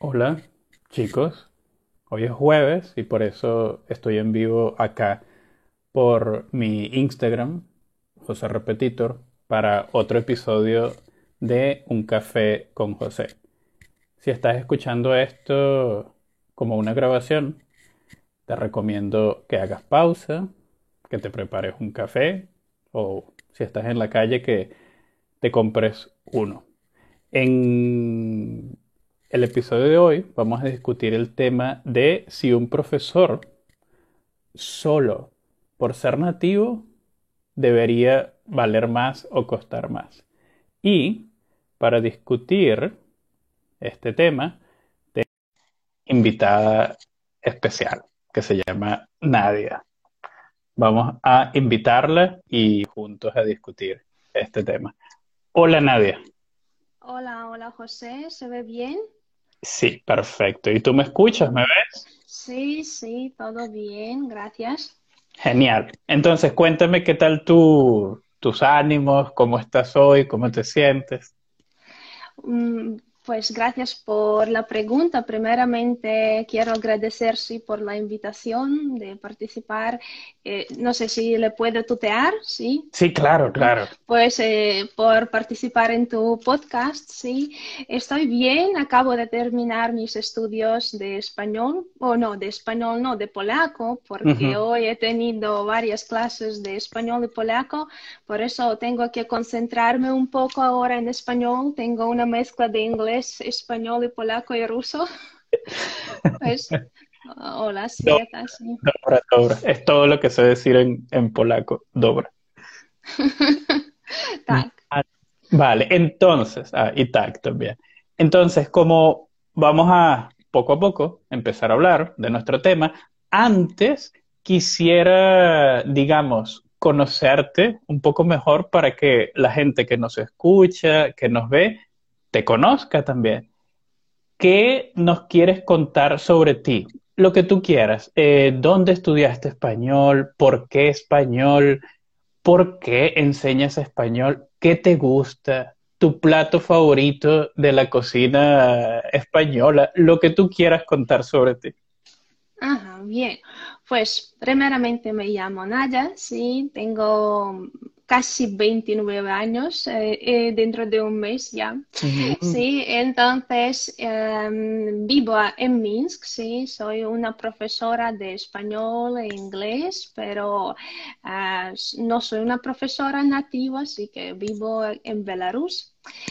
Hola, chicos. Hoy es jueves y por eso estoy en vivo acá por mi Instagram, José Repetitor, para otro episodio de Un Café con José. Si estás escuchando esto como una grabación, te recomiendo que hagas pausa, que te prepares un café o si estás en la calle que te compres uno. En el episodio de hoy vamos a discutir el tema de si un profesor solo por ser nativo debería valer más o costar más. Y para discutir este tema, invitada especial que se llama Nadia. Vamos a invitarla y juntos a discutir este tema. Hola Nadia. Hola, hola José, ¿se ve bien? Sí, perfecto. ¿Y tú me escuchas? ¿Me Mm, ves? sí, sí, todo bien, gracias. Genial. Entonces, cuéntame qué tal tus ánimos, cómo estás hoy, cómo te sientes. Pues gracias por la pregunta. Primeramente, quiero agradecer, sí, por la invitación de participar. No sé si le puedo tutear, sí. Sí, claro, Sí, claro. pues por participar en tu podcast, sí. Estoy bien, acabo de terminar mis estudios de español, o no, de español no, de polaco, porque Ujú. hoy he tenido varias clases de español y polaco, por eso tengo que concentrarme un poco ahora en español. Tengo una mezcla de inglés, español y polaco y ruso. Pues, hola, sí, Dobra, acá sí. dobra, dobra. Es todo lo que sé decir en polaco, dobra. Tak. Ah, vale, entonces, y tag también. Entonces, como vamos a poco empezar a hablar de nuestro tema, antes quisiera, digamos, conocerte un poco mejor para que la gente que nos escucha, que nos ve, te conozca también. ¿Qué nos quieres contar sobre ti? Lo que tú quieras. ¿Dónde estudiaste español? ¿Por qué español? ¿Por qué enseñas español? ¿Qué te gusta? ¿Tu plato favorito de la cocina española? Lo que tú quieras contar sobre ti. Ajá, bien. Pues primeramente me llamo Naya, sí, tengo casi 29 años, dentro de un mes ya. Mm. Sí, entonces vivo en Minsk, sí, soy una profesora de español e inglés, pero no soy una profesora nativa, así que vivo en Belarus.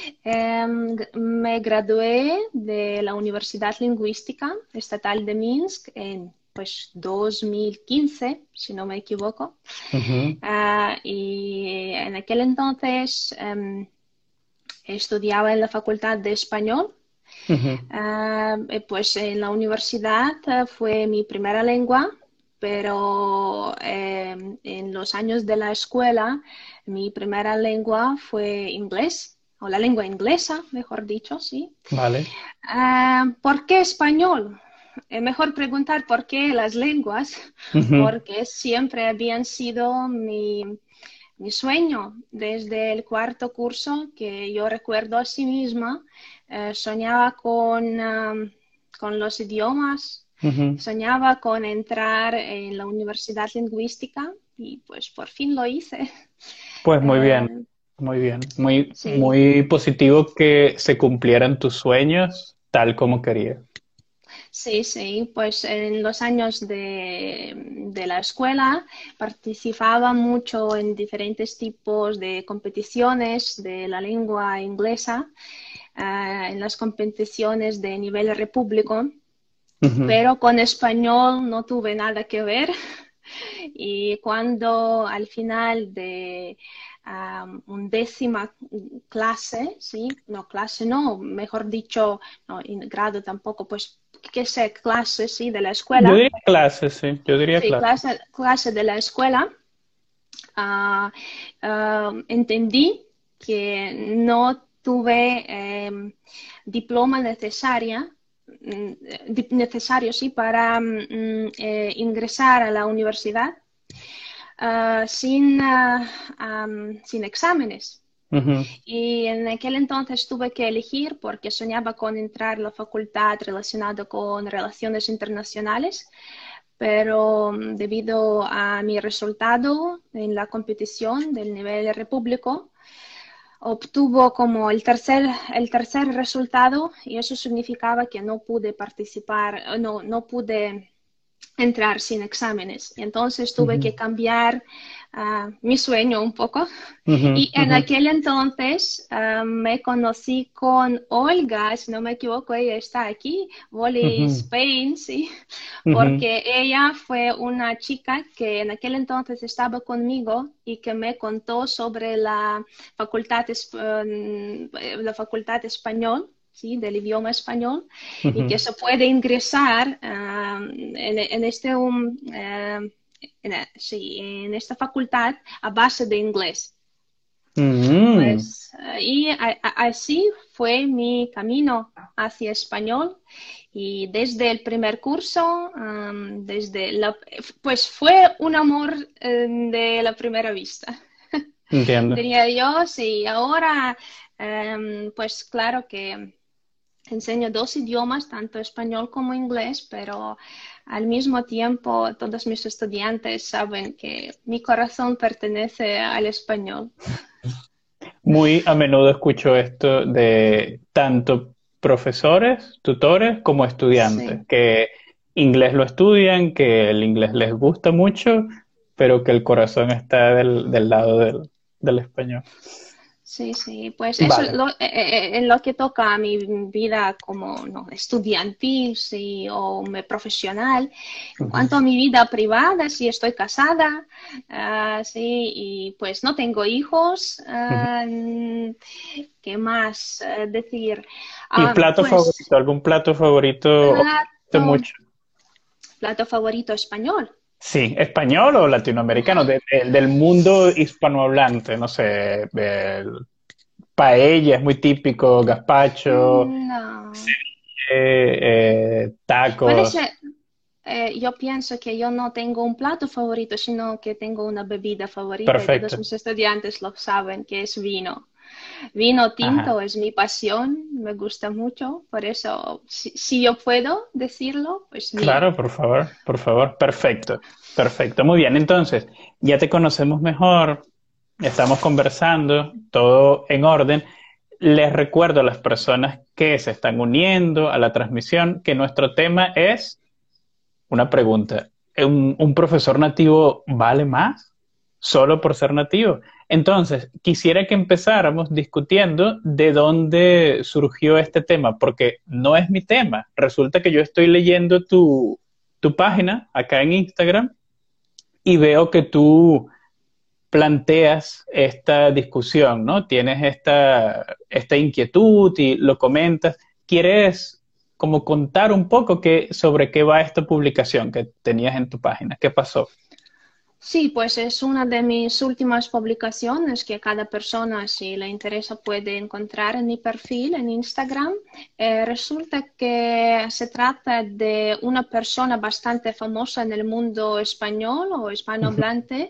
Me gradué de la Universidad Lingüística Estatal de Minsk en pues 2015, si no me equivoco. Ujú, Y en aquel entonces estudiaba en la Facultad de Español. ujú. Pues en la universidad fue mi primera lengua, pero en los años de la escuela mi primera lengua fue inglés, o la lengua inglesa, mejor dicho, sí. Vale. ¿Por qué español? Es mejor preguntar por qué las lenguas, Ujú. porque siempre habían sido mi sueño desde el cuarto curso, que yo recuerdo a sí misma, soñaba con los idiomas, Ujú. soñaba con entrar en la universidad lingüística y pues por fin lo hice. Pues muy bien, Eh, muy bien. Muy, sí, muy positivo que se cumplieran tus sueños tal como querías. sí, sí, pues en los años de la escuela participaba mucho en diferentes tipos de competiciones de la lengua inglesa, en las competiciones de nivel repúblico, Ujú. pero con español no tuve nada que ver. Y cuando al final de undécima clase, ¿sí? No, clase no, mejor dicho, no, en grado tampoco, pues, qué sé, clase, ¿sí? De la Yo escuela, diría clases, sí, yo diría sí, clases. clase de la escuela, entendí que no tuve diploma necesario sí, para ingresar a la universidad sin exámenes. Ujú, Y en aquel entonces tuve que elegir porque soñaba con entrar a la facultad relacionada con relaciones internacionales, pero debido a mi resultado en la competición del nivel repúblico, obtuvo como el tercer resultado y eso significaba que no pude participar, no pude entrar sin exámenes. Y entonces tuve ujú, que cambiar mi sueño un poco. ujú, Y en ujú, aquel entonces me conocí con Olga, si no me equivoco, ella está aquí, Volley ujú, Spain, sí, ujú, porque ella fue una chica que en aquel entonces estaba conmigo y que me contó sobre la facultad español, ¿sí? Del idioma español y que ujú. se puede ingresar sí, en esta facultad a base de inglés. Mm, Pues, y así fue mi camino hacia español y desde el primer curso, pues fue un amor de la primera vista. entiendo. Diría yo, sí, ahora pues claro que enseño dos idiomas, tanto español como inglés, pero al mismo tiempo todos mis estudiantes saben que mi corazón pertenece al español. Muy a menudo escucho esto de tanto profesores, tutores como estudiantes, Sí. que inglés lo estudian, que el inglés les gusta mucho, pero que el corazón está del lado del español. Sí, sí, pues eso Vale. en lo que toca a mi vida como no, estudiantil, sí, o profesional. En Ujú, cuanto a mi vida privada, sí estoy casada, sí, y pues no tengo hijos. ujú. ¿Qué más decir? ¿Y plato Pues favorito? ¿Algún plato favorito? ¿O te gusta plato, mucho? plato favorito español. Sí, español o latinoamericano, del mundo hispanohablante, no sé, paella es muy típico, gazpacho, No. Puede tacos, ser, yo pienso que yo no tengo un plato favorito, sino que tengo una bebida favorita y todos perfecto. mis estudiantes lo saben, que es vino. Vino tinto Ajá. es mi pasión, me gusta mucho, por eso, si yo puedo decirlo, pues vino. Claro, por favor, por favor. Perfecto, perfecto. Muy bien, entonces, ya te conocemos mejor, estamos conversando, todo en orden. Les recuerdo a las personas que se están uniendo a la transmisión que nuestro tema es una pregunta. ¿Un profesor nativo vale más solo por ser nativo? Entonces, quisiera que empezáramos discutiendo de dónde surgió este tema, porque no es mi tema. Resulta que yo estoy leyendo tu página acá en Instagram y veo que tú planteas esta discusión, ¿no? Tienes esta inquietud y lo comentas. ¿Quieres como contar un poco sobre qué va esta publicación que tenías en tu página? ¿Qué pasó? Sí, pues es una de mis últimas publicaciones que cada persona, si le interesa, puede encontrar en mi perfil en Instagram. Resulta que se trata de una persona bastante famosa en el mundo español o hispanohablante.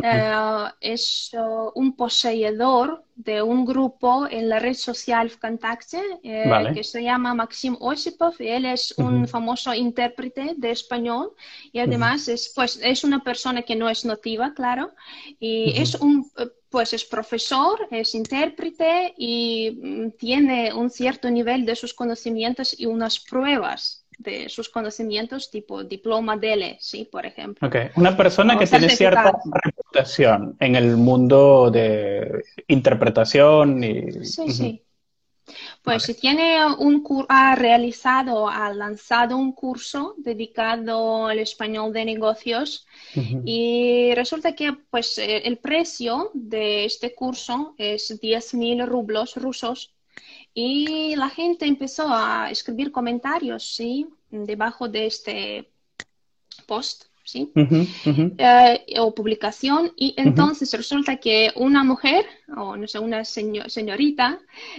Es un poseedor de un grupo en la red social ВКонтакте que Vale. se llama Maxim Osipov y él es un Ujú, famoso intérprete de español y ujú, además es una persona que no es nativa, claro, y ujú. pues es profesor, es intérprete y tiene un cierto nivel de sus conocimientos y unas pruebas de sus conocimientos, tipo diploma DELE, ¿sí? Por ejemplo, Ok. Una persona o que tiene cierta certificados. reputación en el mundo de interpretación y... Sí, Ujú. sí. Pues Vale. si tiene ha realizado, ha lanzado un curso dedicado al español de negocios Ujú. y resulta que pues el precio de este curso es 10.000 rublos rusos y la gente empezó a escribir comentarios, ¿sí? Debajo de este post, ¿sí? Ujú, ujú, O publicación y ujú. entonces resulta que una mujer o no sé, una señorita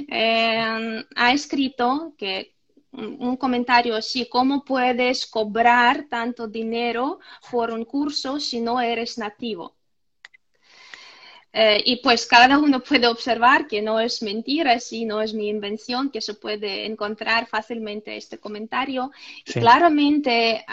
ha escrito que un comentario así, ¿cómo puedes cobrar tanto dinero por un curso si no eres nativo? Y pues cada uno puede observar que no es mentira, sí, no es mi invención, que se puede encontrar fácilmente este comentario. Y Sí. claramente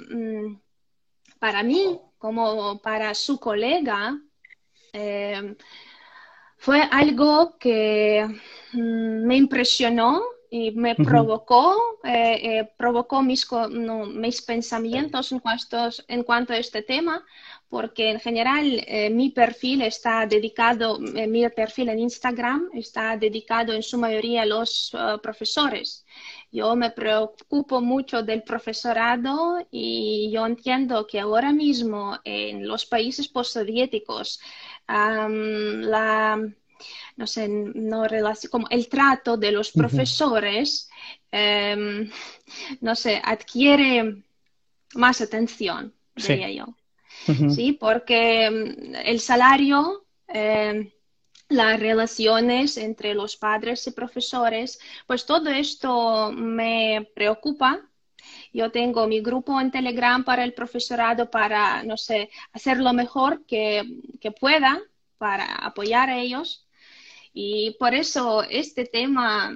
para mí, como para su colega, eh, fue algo que me impresionó y me Ujú. provocó mis pensamientos en cuanto a este tema, porque en general mi perfil está dedicado, mi perfil en Instagram está dedicado en su mayoría a los profesores. Yo me preocupo mucho del profesorado y yo entiendo que ahora mismo en los países postsoviéticos la, no sé, no como el trato de los Ujú. profesores, no sé, adquiere más atención, Sí. diría yo. Ujú. Sí, porque el salario, las relaciones entre los padres y profesores, pues todo esto me preocupa. Yo tengo mi grupo en Telegram para el profesorado para, no sé, hacer lo mejor que pueda para apoyar a ellos. Y por eso este tema,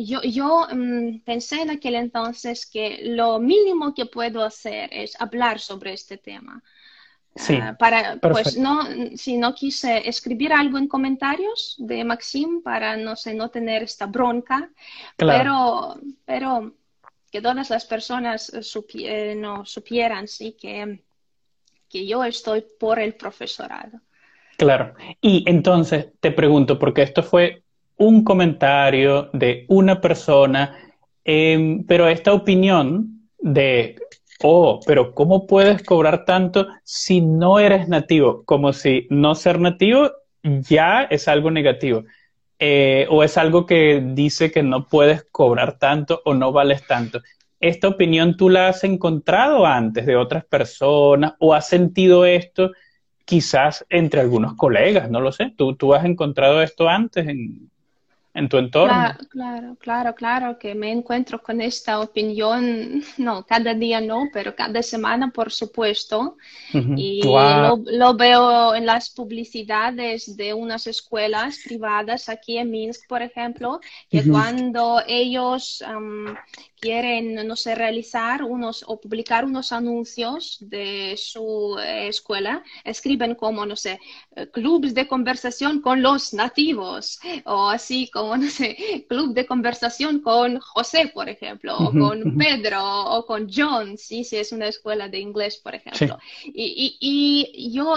yo pensé en aquel entonces que lo mínimo que puedo hacer es hablar sobre este tema. Sí, Pues perfecto. no, si no quise escribir algo en comentarios de Maxim para, no sé, no tener esta bronca, Claro, pero que todas las personas no supieran, sí, que yo estoy por el profesorado. claro. Y entonces te pregunto, porque esto fue un comentario de una persona, pero esta opinión de, oh, pero ¿cómo puedes cobrar tanto si no eres nativo? Como si no ser nativo ya es algo negativo. O es algo que dice que no puedes cobrar tanto o no vales tanto. ¿Esta opinión tú la has encontrado antes de otras personas o has sentido esto quizás entre algunos colegas? No lo sé. ¿Tú has encontrado esto antes en tu entorno? Claro, que me encuentro con esta opinión, no, cada día no, pero cada semana, por supuesto. Y Wow. lo veo en las publicidades de unas escuelas privadas aquí en Minsk, por ejemplo, que cuando ellos quieren, no sé, realizar unos o publicar unos anuncios de su escuela, escriben como, no sé, clubes de conversación con los nativos, o así como, no sé, club de conversación con José, por ejemplo, o con Pedro, o con John, ¿sí? Si es una escuela de inglés, por ejemplo. Sí. Y yo,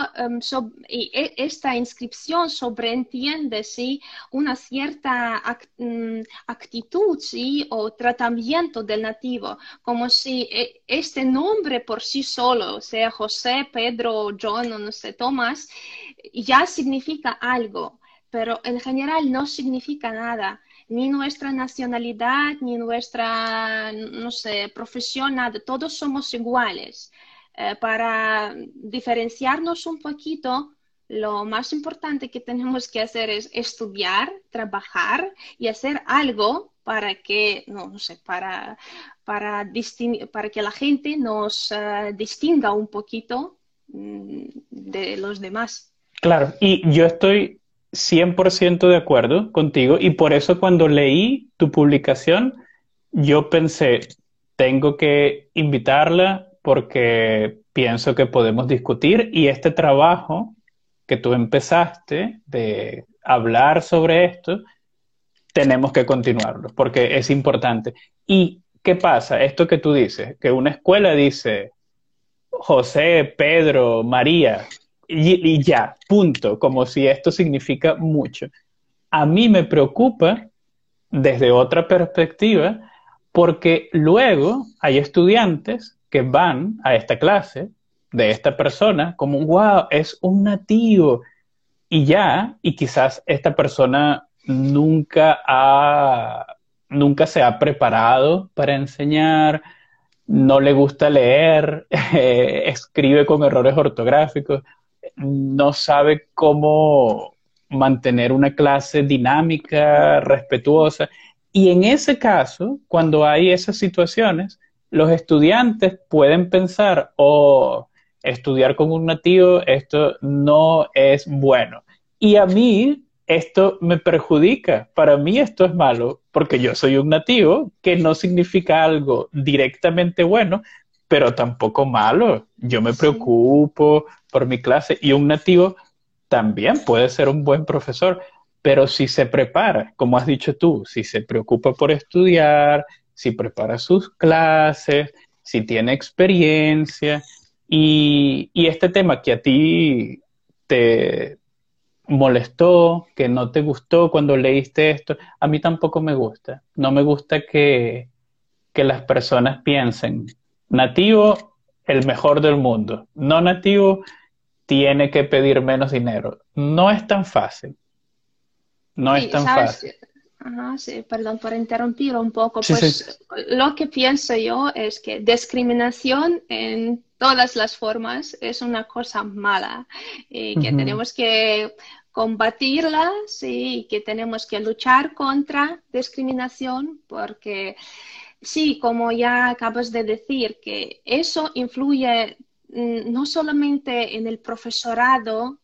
esta inscripción sobreentiende, ¿sí? Una cierta actitud, ¿sí? O tratamiento del nativo, como si este nombre por sí solo, sea José, Pedro, John, o no sé, Tomás, ya significa algo, pero en general no significa nada. Ni nuestra nacionalidad, ni nuestra, no sé, profesión, nada. Todos somos iguales. Para diferenciarnos un poquito, lo más importante que tenemos que hacer es estudiar, trabajar y hacer algo para que, no sé, para que la gente nos distinga un poquito de los demás. Claro, y yo estoy 100% de acuerdo contigo y por eso cuando leí tu publicación, yo pensé, tengo que invitarla porque pienso que podemos discutir y este trabajo que tú empezaste de hablar sobre esto, tenemos que continuarlo porque es importante. ¿Y qué pasa? Esto que tú dices, que una escuela dice José, Pedro, María, y ya, punto, como si esto significa mucho. A mí me preocupa desde otra perspectiva porque luego hay estudiantes que van a esta clase de esta persona como, wow, es un nativo y ya, y quizás esta persona nunca se ha preparado para enseñar, no le gusta leer, escribe con errores ortográficos, no sabe cómo mantener una clase dinámica, respetuosa. Y en ese caso, cuando hay esas situaciones, los estudiantes pueden pensar, oh, estudiar con un nativo, esto no es bueno. Y a mí esto me perjudica. Para mí esto es malo porque yo soy un nativo, que no significa algo directamente bueno, pero tampoco malo. Yo me Sí. preocupo por mi clase y un nativo también puede ser un buen profesor, pero si se prepara, como has dicho tú, si se preocupa por estudiar, si prepara sus clases, si tiene experiencia y este tema que a ti te molestó, que no te gustó cuando leíste esto, a mí tampoco me gusta. No me gusta que las personas piensen, nativo, el mejor del mundo, no nativo, tiene que pedir menos dinero. No es tan fácil, no es Sí, tan sabes, fácil. ajá, sí, perdón por interrumpir un poco, Sí, sí. pues lo que pienso yo es que discriminación en todas las formas es una cosa mala y que Ujú, tenemos que combatirla, sí, y que tenemos que luchar contra discriminación porque sí, como ya acabas de decir, que eso influye no solamente en el profesorado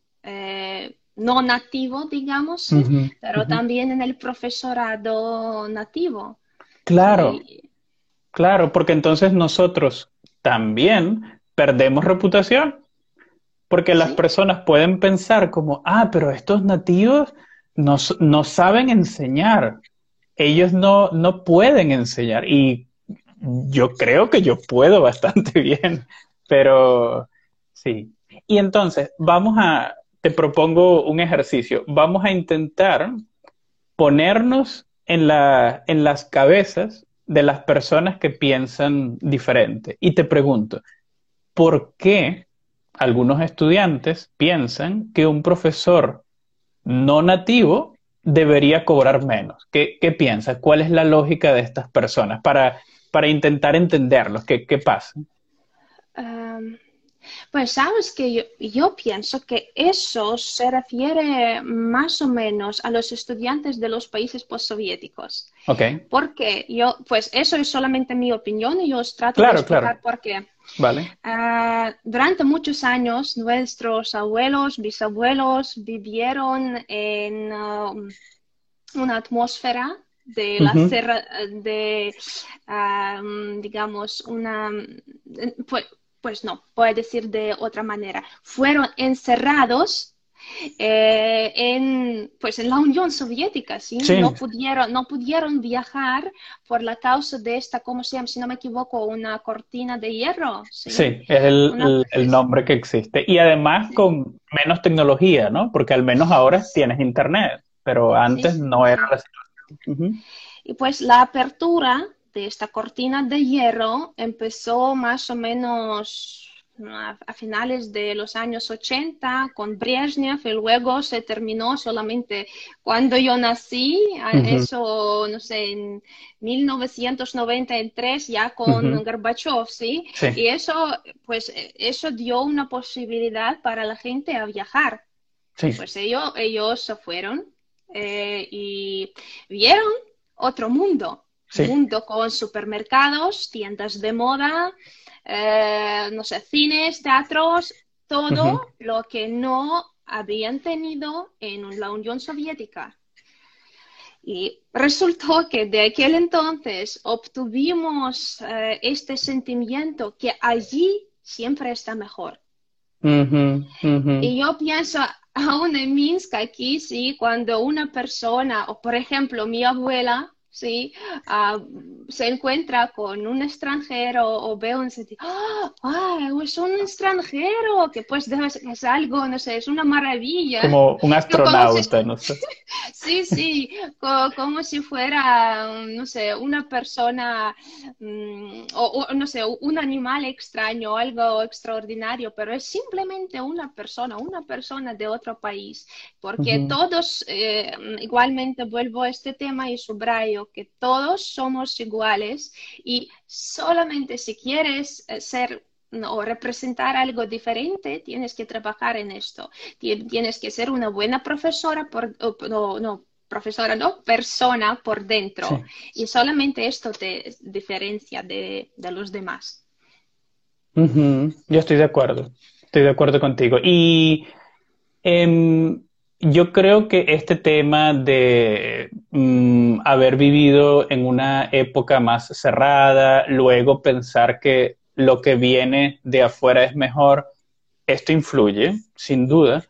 no nativo, digamos, ¿sí? ujú, Pero ujú. también en el profesorado nativo. Claro, Sí, claro, porque entonces nosotros también perdemos reputación. Porque las sí, personas pueden pensar como, ah, pero estos nativos no saben enseñar. Ellos no pueden enseñar. Y yo creo que yo puedo bastante bien, pero sí. Y entonces, te propongo un ejercicio. Vamos a intentar ponernos en las cabezas de las personas que piensan diferente. Y te pregunto, ¿por qué algunos estudiantes piensan que un profesor no nativo debería cobrar menos? ¿Qué piensas? ¿Cuál es la lógica de estas personas para intentar entenderlos? ¿Qué pasa? Am, pues sabes que yo pienso que eso se refiere más o menos a los estudiantes de los países postsoviéticos. Ok, Porque yo, pues eso es solamente mi opinión y yo os trato de claro, claro, explicar por qué. vale. Durante muchos años, nuestros abuelos, bisabuelos vivieron en una atmósfera de la Ujú, serra, digamos, pues, pues no, puedo decir de otra manera, fueron encerrados pues en la Unión Soviética, ¿sí? sí, No pudieron viajar por la causa de esta, ¿cómo se llama? Si no me equivoco, una cortina de hierro, sí, ¿sí? es Una, el nombre que existe. Y además sí, con menos tecnología, ¿no? Porque al menos ahora tienes internet, pero sí, antes no era sí. la situación. Y pues la apertura de esta cortina de hierro empezó más o menos a finales de los años 80 con Brezhnev y luego se terminó solamente cuando yo nací, Ujú, eso, no sé, en 1993 ya con ujú, Gorbachev, ¿sí? sí, Y eso, pues, eso dio una posibilidad para la gente a viajar. Y sí, pues ellos se fueron y vieron otro mundo, sí. mundo con supermercados, tiendas de moda, no sé, cines, teatros, Ujú. todo lo que no habían tenido en la Unión Soviética. Y resultó que de aquel entonces obtuvimos este sentimiento que allí siempre está mejor. Ujú, ujú, Y yo pienso aún en Minsk aquí, sí, cuando una persona, o por ejemplo mi abuela, sí, ah, se encuentra con un extranjero o ve un sitio, ¡ah! ¡Ah! Es un extranjero! Que pues es algo, no sé, es una maravilla. como un Yo como si, astronauta, no sé. sí, sí, como si fuera, no sé, una persona o, no sé, un animal extraño, algo extraordinario, pero es simplemente una persona de otro país, porque Ujú, todos, igualmente vuelvo a este tema y subrayo que todos somos iguales y solamente si quieres ser o representar algo diferente, tienes que trabajar en esto. Tienes que ser una buena profesora, no, profesora, no, persona por dentro. sí. Y solamente esto te diferencia de los demás. Ujú, yo estoy de acuerdo. Estoy de acuerdo contigo. Y em, yo creo que este tema de haber vivido en una época más cerrada, luego pensar que lo que viene de afuera es mejor, esto influye, sin duda.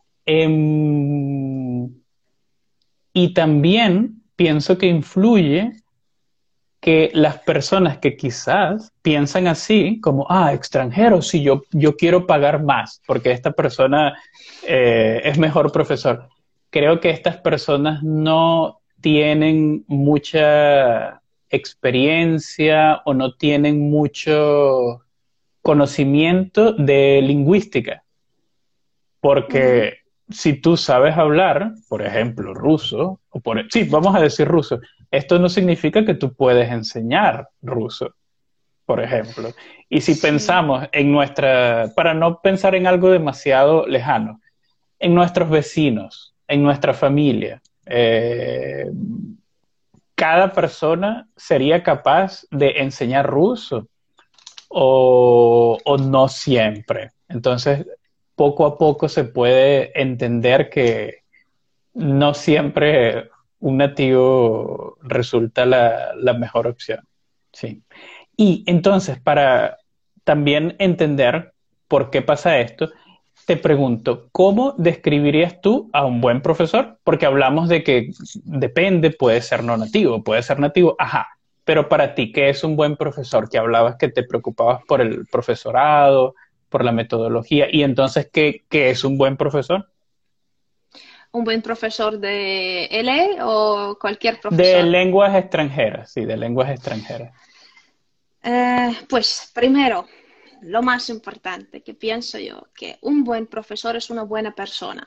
Em, y también pienso que influye que las personas que quizás piensan así, como, extranjeros, si yo quiero pagar más, porque esta persona es mejor profesor. Creo que estas personas no tienen mucha experiencia o no tienen mucho conocimiento de lingüística. Ujú. Porque si tú sabes hablar, por ejemplo, ruso, sí, vamos a decir ruso, esto no significa que tú puedes enseñar ruso, por ejemplo. Y si Sí. pensamos en para no pensar en algo demasiado lejano, en nuestros vecinos, en nuestra familia, cada persona sería capaz de enseñar ruso o no siempre. Entonces, poco a poco se puede entender que no siempre un nativo resulta la mejor opción. Sí. Y entonces, para también entender por qué pasa esto, te pregunto, ¿cómo describirías tú a un buen profesor? Porque hablamos de que depende, puede ser no nativo, puede ser nativo, ajá. Pero para ti, ¿qué es un buen profesor? Que hablabas que te preocupabas por el profesorado, por la metodología, y entonces, ¿qué es un buen profesor? ¿Un buen profesor de L o cualquier De profesor? lenguas extranjeras, sí, de lenguas extranjeras. Pues primero, lo más importante que pienso yo, que un buen profesor es una buena persona.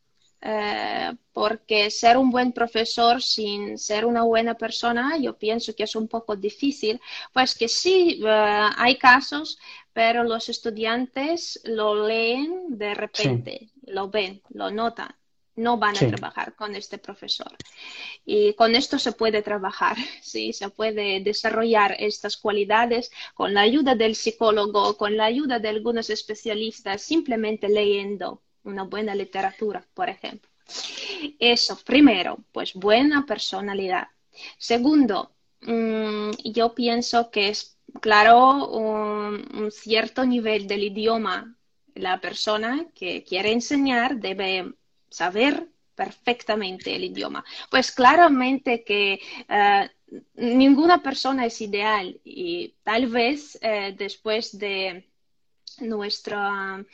Porque ser un buen profesor sin ser una buena persona, yo pienso que es un poco difícil, pues que sí, hay casos, pero los estudiantes lo leen de Sí, repente, lo ven, lo notan, no van a sí, trabajar con este profesor. Y con esto se puede trabajar, sí, se puede desarrollar estas cualidades con la ayuda del psicólogo, con la ayuda de algunos especialistas, simplemente leyendo una buena literatura, por ejemplo. Eso, primero, pues buena personalidad. Segundo, yo pienso que es claro un cierto nivel del idioma. La persona que quiere enseñar debe saber perfectamente el idioma. Pues claramente que ninguna persona es ideal y tal vez después de nuestro,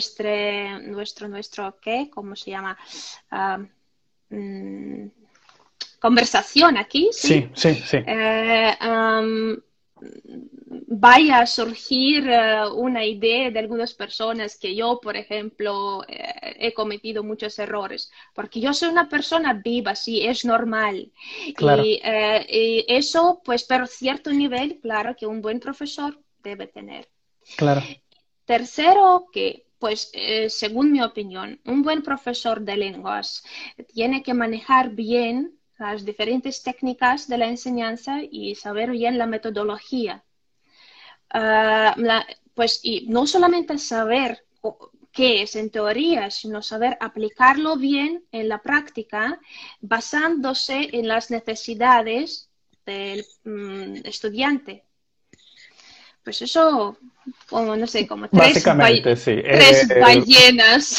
¿qué? ¿Cómo se llama? Ah, mm, conversación aquí, ¿sí? sí, sí, sí. Eh, um, vaya a surgir una idea de algunas personas que yo, por ejemplo, he cometido muchos errores, porque yo soy una persona viva, sí, es normal. Claro, Y eso, pues, pero cierto nivel, claro, que un buen profesor debe tener. claro, Tercero, que, pues, según mi opinión, un buen profesor de lenguas tiene que manejar bien las diferentes técnicas de la enseñanza y saber bien la metodología. Pues, y no solamente saber qué es en teoría, sino saber aplicarlo bien en la práctica, basándose en las necesidades del estudiante. Pues eso, como no sé, como básicamente sí. tres ballenas.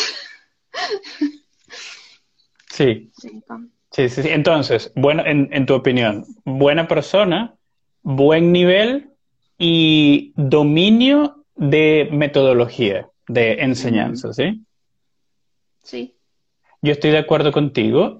Sí, Sí, sí, sí, sí. Entonces, bueno, en tu opinión, buena persona, buen nivel y dominio de metodología de ujú, enseñanza, ¿sí? sí. Yo estoy de acuerdo contigo.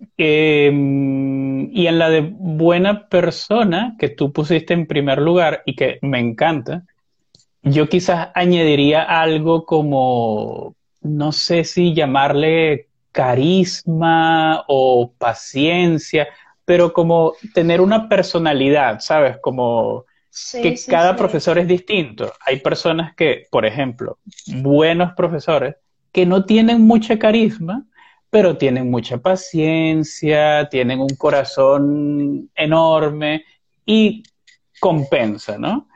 Y en la de buena persona que tú pusiste en primer lugar y que me encanta, yo quizás añadiría algo como, no sé si llamarle carisma o paciencia, pero como tener una personalidad, ¿sabes? Como Sí, que sí, cada sí. profesor es distinto. Hay personas que, por ejemplo, buenos profesores que no tienen mucha carisma, pero tienen mucha paciencia, tienen un corazón enorme y compensa, ¿no?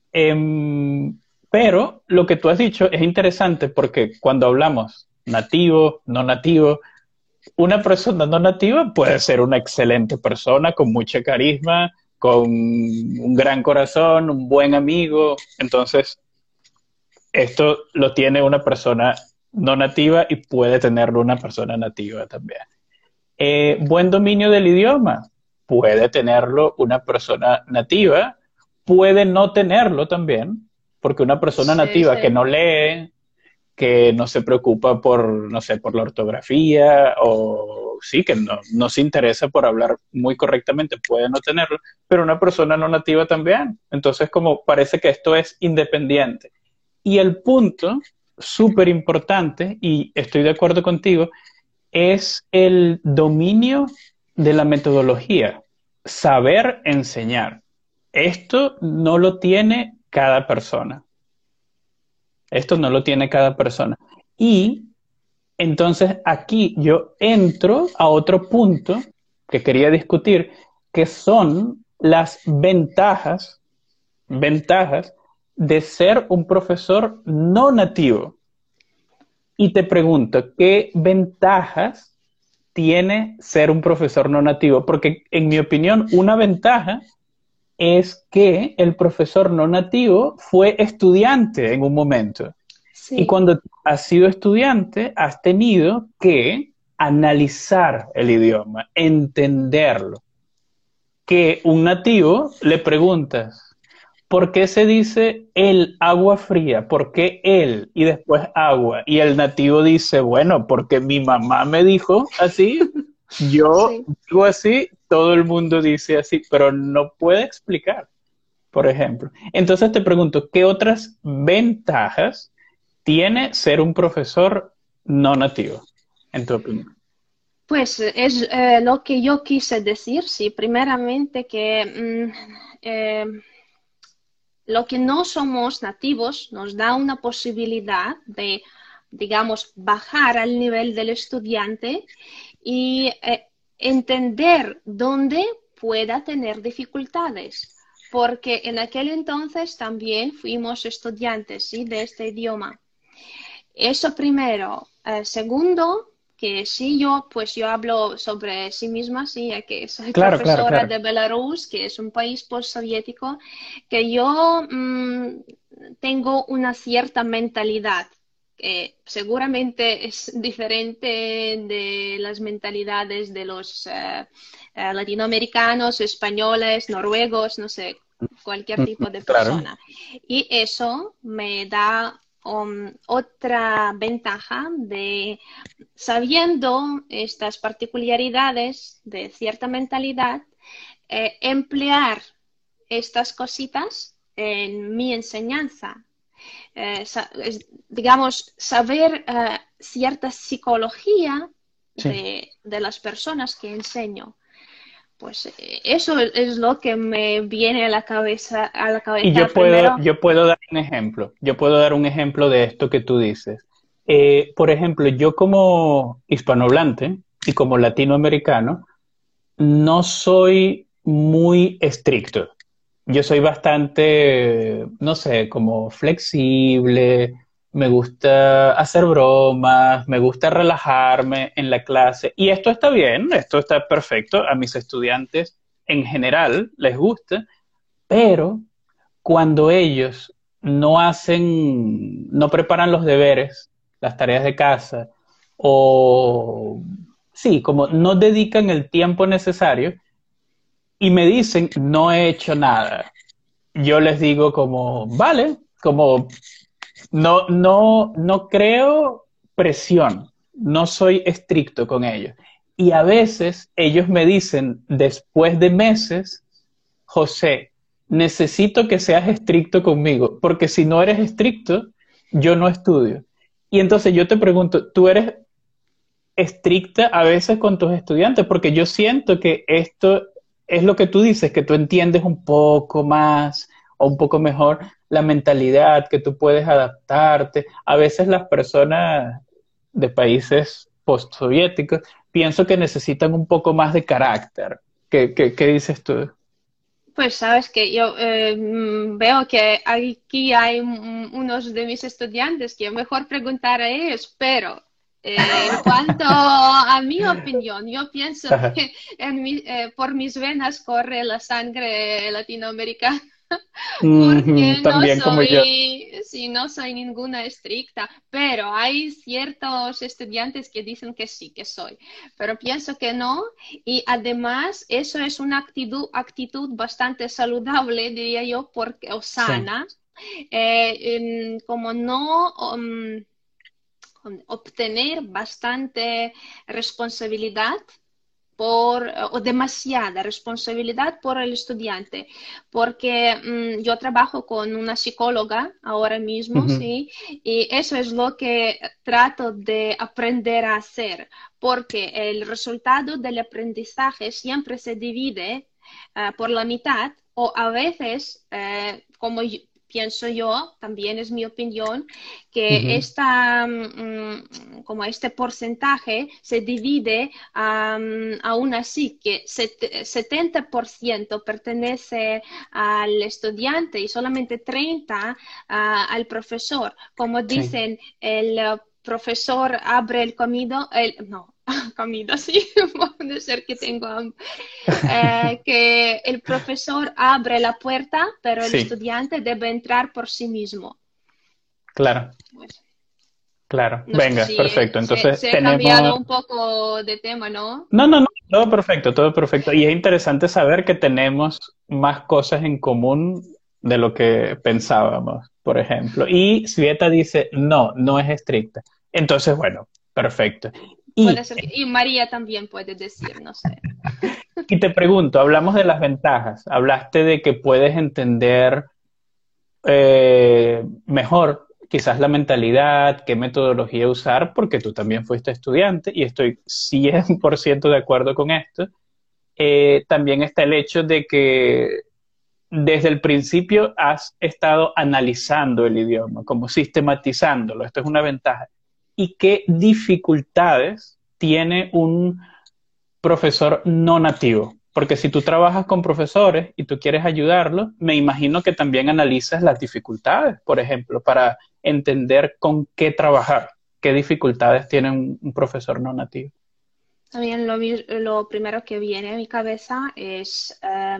Pero lo que tú has dicho es interesante porque cuando hablamos nativo, no nativo, una persona no nativa puede ser una excelente persona con mucha carisma, con un gran corazón, un buen amigo. Entonces, esto lo tiene una persona no nativa y puede tenerlo una persona nativa también. Buen dominio del idioma puede tenerlo una persona nativa, puede no tenerlo también, porque una persona Sí, nativa que sí. no lee, que no se preocupa por, no sé, por la ortografía o sí, que no se interesa por hablar muy correctamente, puede no tenerlo, pero una persona no nativa también. Entonces, como parece que esto es independiente. Y el punto súper importante, y estoy de acuerdo contigo, es el dominio de la metodología, saber enseñar. Esto no lo tiene cada persona. Esto no lo tiene cada persona. Y entonces aquí yo entro a otro punto que quería discutir, que son las ventajas de ser un profesor no nativo. Y te pregunto, ¿qué ventajas tiene ser un profesor no nativo? Porque en mi opinión, una ventaja es que el profesor no nativo fue estudiante en un momento. Y Sí, cuando has sido estudiante, has tenido que analizar el idioma, entenderlo. Que un nativo le preguntas, ¿por qué se dice el agua fría? ¿Por qué él y después agua? Y el nativo dice, bueno, porque mi mamá me dijo así, yo sí. digo así, todo el mundo dice así, pero no puede explicar, por ejemplo. Entonces te pregunto, ¿qué otras ventajas tiene ser un profesor no nativo, en tu opinión? Pues es lo que yo quise decir, sí, primeramente que lo que no somos nativos nos da una posibilidad de, digamos, bajar al nivel del estudiante y entender dónde pueda tener dificultades, porque en aquel entonces también fuimos estudiantes, ¿sí? De este idioma. Eso primero. Segundo, que sí, yo hablo sobre sí misma, sí, ya que soy Claro, claro, profesora claro. de Belarus, que es un país postsoviético, que yo tengo una cierta mentalidad que seguramente es diferente de las mentalidades de los latinoamericanos, españoles, noruegos, no sé, cualquier tipo de Claro. persona. Y eso me da otra ventaja de, sabiendo estas particularidades de cierta mentalidad, emplear estas cositas en mi enseñanza. Digamos, saber cierta psicología Sí. de las personas que enseño. Pues eso es lo que me viene a la Y cabeza primero. yo puedo dar un ejemplo. Yo puedo dar un ejemplo de esto que tú dices. Por ejemplo, yo como hispanohablante y como latinoamericano, no soy muy estricto. Yo soy bastante, no sé, como flexible, me gusta hacer bromas, me gusta relajarme en la clase. Y esto está bien, esto está perfecto. A mis estudiantes en general les gusta, pero cuando ellos no hacen, no preparan los deberes, las tareas de casa, o sí, como no dedican el tiempo necesario y me dicen, no he hecho nada. Yo les digo como, vale, como no creo presión, no soy estricto con ellos. Y a veces ellos me dicen, después de meses, José, necesito que seas estricto conmigo, porque si no eres estricto, yo no estudio. Y entonces yo te pregunto, ¿tú eres estricta a veces con tus estudiantes? Porque yo siento que esto es lo que tú dices, que tú entiendes un poco más o un poco mejor la mentalidad, que tú puedes adaptarte. A veces las personas de países postsoviéticos pienso que necesitan un poco más de carácter. ¿Qué dices tú? Pues sabes que yo veo que aquí hay unos de mis estudiantes que mejor preguntar a ellos, pero En cuanto a mi opinión, yo pienso Ajá. que por mis venas corre la sangre latinoamericana. Ujú, Porque no también como yo. soy, sí, no soy ninguna estricta, pero hay ciertos estudiantes que dicen que sí, que soy, pero pienso que no, y además eso es una actitud bastante saludable, diría yo, porque, o Sí, sana, como no obtener bastante responsabilidad o demasiada responsabilidad por el estudiante, porque yo trabajo con una psicóloga ahora mismo, ujú, sí, y eso es lo que trato de aprender a hacer, porque el resultado del aprendizaje siempre se divide por la mitad o a veces, pienso yo, también es mi opinión, que ujú. como este porcentaje se divide aún así que 70% pertenece al estudiante y solamente 30% al profesor. Como Sí. dicen, el profesor abre el comido, no, comido, sí, puede ser que tengo hambre, que el profesor abre la puerta, pero el Sí, estudiante debe entrar por sí mismo. claro, Pues, claro. no sé Venga, si perfecto. Entonces se he tenemos... cambiado un poco de tema, ¿no? No, no, no, todo perfecto, todo perfecto. Y es interesante saber que tenemos más cosas en común de lo que pensábamos, por ejemplo. Y Svieta dice, no, no es estricta. Entonces, bueno, perfecto. Puede Y, ser y María también puede decir, no sé. y te pregunto, hablamos de las ventajas, hablaste de que puedes entender mejor quizás la mentalidad, qué metodología usar, porque tú también fuiste estudiante y estoy 100% de acuerdo con esto. También está el hecho de que desde el principio has estado analizando el idioma, como sistematizándolo. Esto es una ventaja. ¿Y qué dificultades tiene un profesor no nativo? Porque si tú trabajas con profesores y tú quieres ayudarlos, me imagino que también analizas las dificultades, por ejemplo, para entender con qué trabajar, qué dificultades tiene un profesor no nativo. También lo primero que viene a mi cabeza es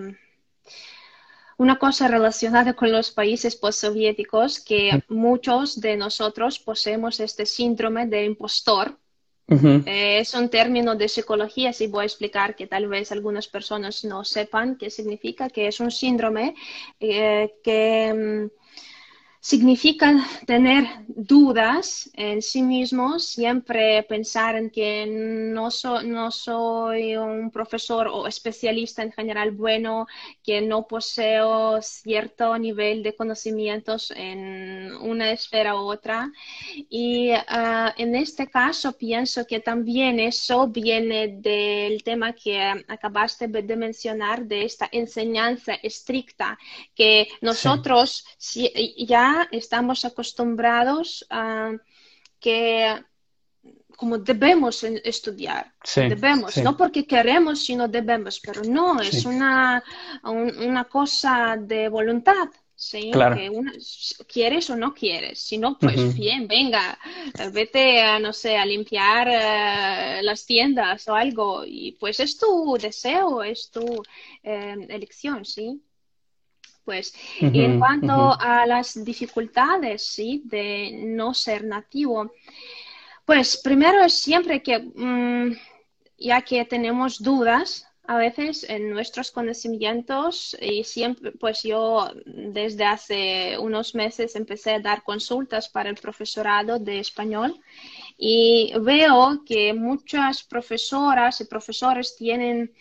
una cosa relacionada con los países postsoviéticos, que muchos de nosotros poseemos este síndrome de impostor. Ujú. Es un término de psicología, si voy a explicar que tal vez algunas personas no sepan qué significa, que es un síndrome que significa tener dudas en sí mismo, siempre pensar en que no soy un profesor o especialista en general bueno, que no poseo cierto nivel de conocimientos en una esfera u otra. Y en este caso pienso que también eso viene del tema que acabaste de mencionar, de esta enseñanza estricta que Sí, nosotros ya estamos acostumbrados a que como debemos estudiar. sí, Debemos, no sí, porque queremos, sino debemos, pero no, es sí, una cosa de voluntad, ¿sí? claro. Que quieres o no quieres, si no, pues Ujú, bien, venga, vete a, no sé, a limpiar las tiendas o algo, y pues es tu deseo, es tu elección, ¿sí? Pues, y ujú, en ujú. cuanto a las dificultades, ¿sí? De no ser nativo, pues primero es siempre que, ya que tenemos dudas a veces en nuestros conocimientos y siempre, pues yo desde hace unos meses empecé a dar consultas para el profesorado de español y veo que muchas profesoras y profesores tienen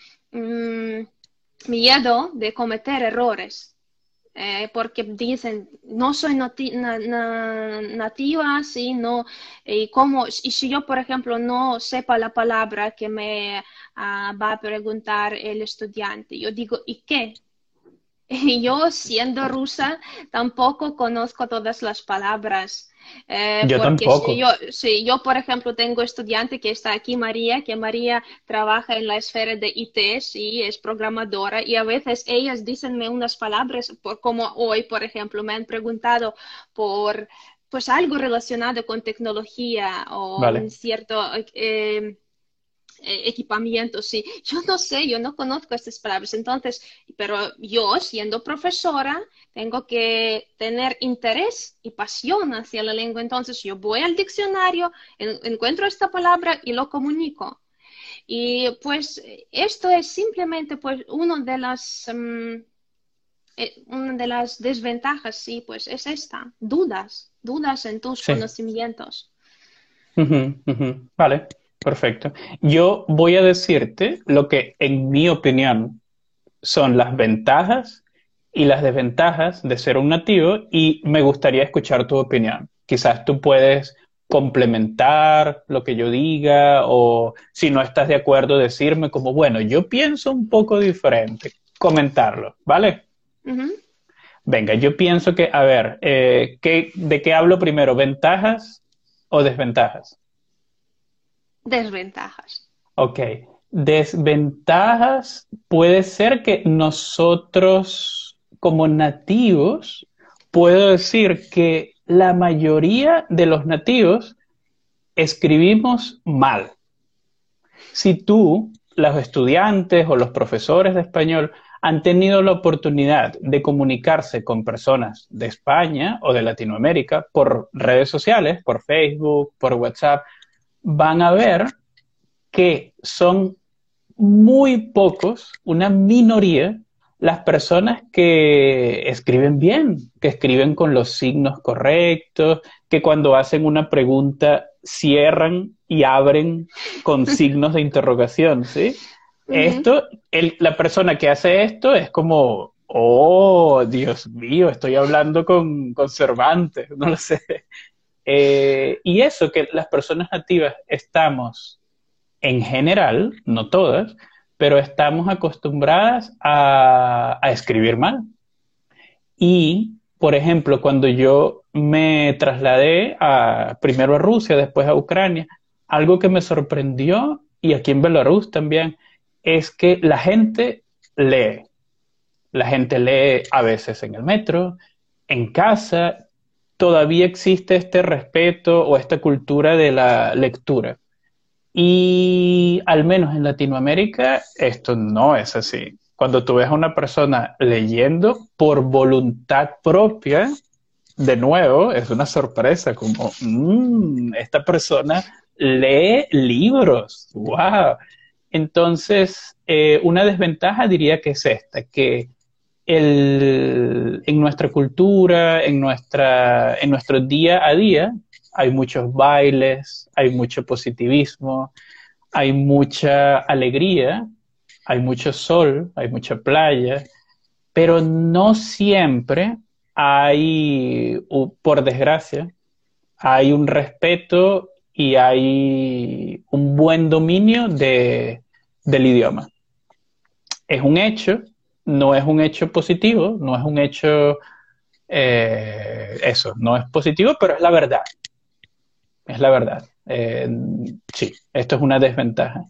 miedo de cometer errores porque dicen, no soy nativa, ¿sí? No, y si yo, por ejemplo, no sepa la palabra que me va a preguntar el estudiante, yo digo, ¿y qué? Y yo, siendo rusa, tampoco conozco todas las palabras, Yo porque tampoco. si yo, por ejemplo, tengo estudiante que está aquí, María, que María trabaja en la esfera de IT, sí, es programadora, y a veces ellas dicenme unas palabras, como hoy, por ejemplo, me han preguntado por pues algo relacionado con tecnología o un Vale. cierto equipamiento, sí. Yo no sé, yo no conozco estas palabras, entonces, pero yo siendo profesora tengo que tener interés y pasión hacia la lengua, entonces yo voy al diccionario, encuentro esta palabra y lo comunico. Y pues esto es simplemente pues una de las desventajas, sí, pues es esta, dudas en tus Sí. conocimientos. Ujú, ujú. Vale, perfecto. Yo voy a decirte lo que, en mi opinión, son las ventajas y las desventajas de ser un nativo y me gustaría escuchar tu opinión. Quizás tú puedes complementar lo que yo diga o si no estás de acuerdo decirme como, bueno, yo pienso un poco diferente, comentarlo, ¿vale? Ujú. Venga, yo pienso que, a ver, ¿de qué hablo primero? ¿Ventajas o desventajas? Desventajas. Ok, desventajas puede ser que nosotros como nativos, puedo decir que la mayoría de los nativos escribimos mal. Si tú, los estudiantes o los profesores de español han tenido la oportunidad de comunicarse con personas de España o de Latinoamérica por redes sociales, por Facebook, por WhatsApp, van a ver que son muy pocos, una minoría, las personas que escriben bien, que escriben con los signos correctos, que cuando hacen una pregunta cierran y abren con signos de interrogación, ¿sí? Ujú. La persona que hace esto es como, oh, Dios mío, estoy hablando con Cervantes, no lo sé. Y eso, que las personas nativas estamos en general, no todas, pero estamos acostumbradas a escribir mal. Y, por ejemplo, cuando yo me trasladé primero a Rusia, después a Ucrania, algo que me sorprendió, y aquí en Belarus también, es que la gente lee. La gente lee a veces en el metro, en casa, todavía existe este respeto o esta cultura de la lectura. Y al menos en Latinoamérica esto no es así. Cuando tú ves a una persona leyendo por voluntad propia, de nuevo, es una sorpresa, como, esta persona lee libros, wow. Entonces, una desventaja diría que es esta, que en nuestra cultura, en nuestro día a día, hay muchos bailes, hay mucho positivismo, hay mucha alegría, hay mucho sol, hay mucha playa, pero no siempre hay, por desgracia, hay un respeto y hay un buen dominio del idioma. Es un hecho, no es un hecho positivo, no es un hecho, eso, no es positivo, pero es la verdad, es la verdad. Sí, esto es una desventaja.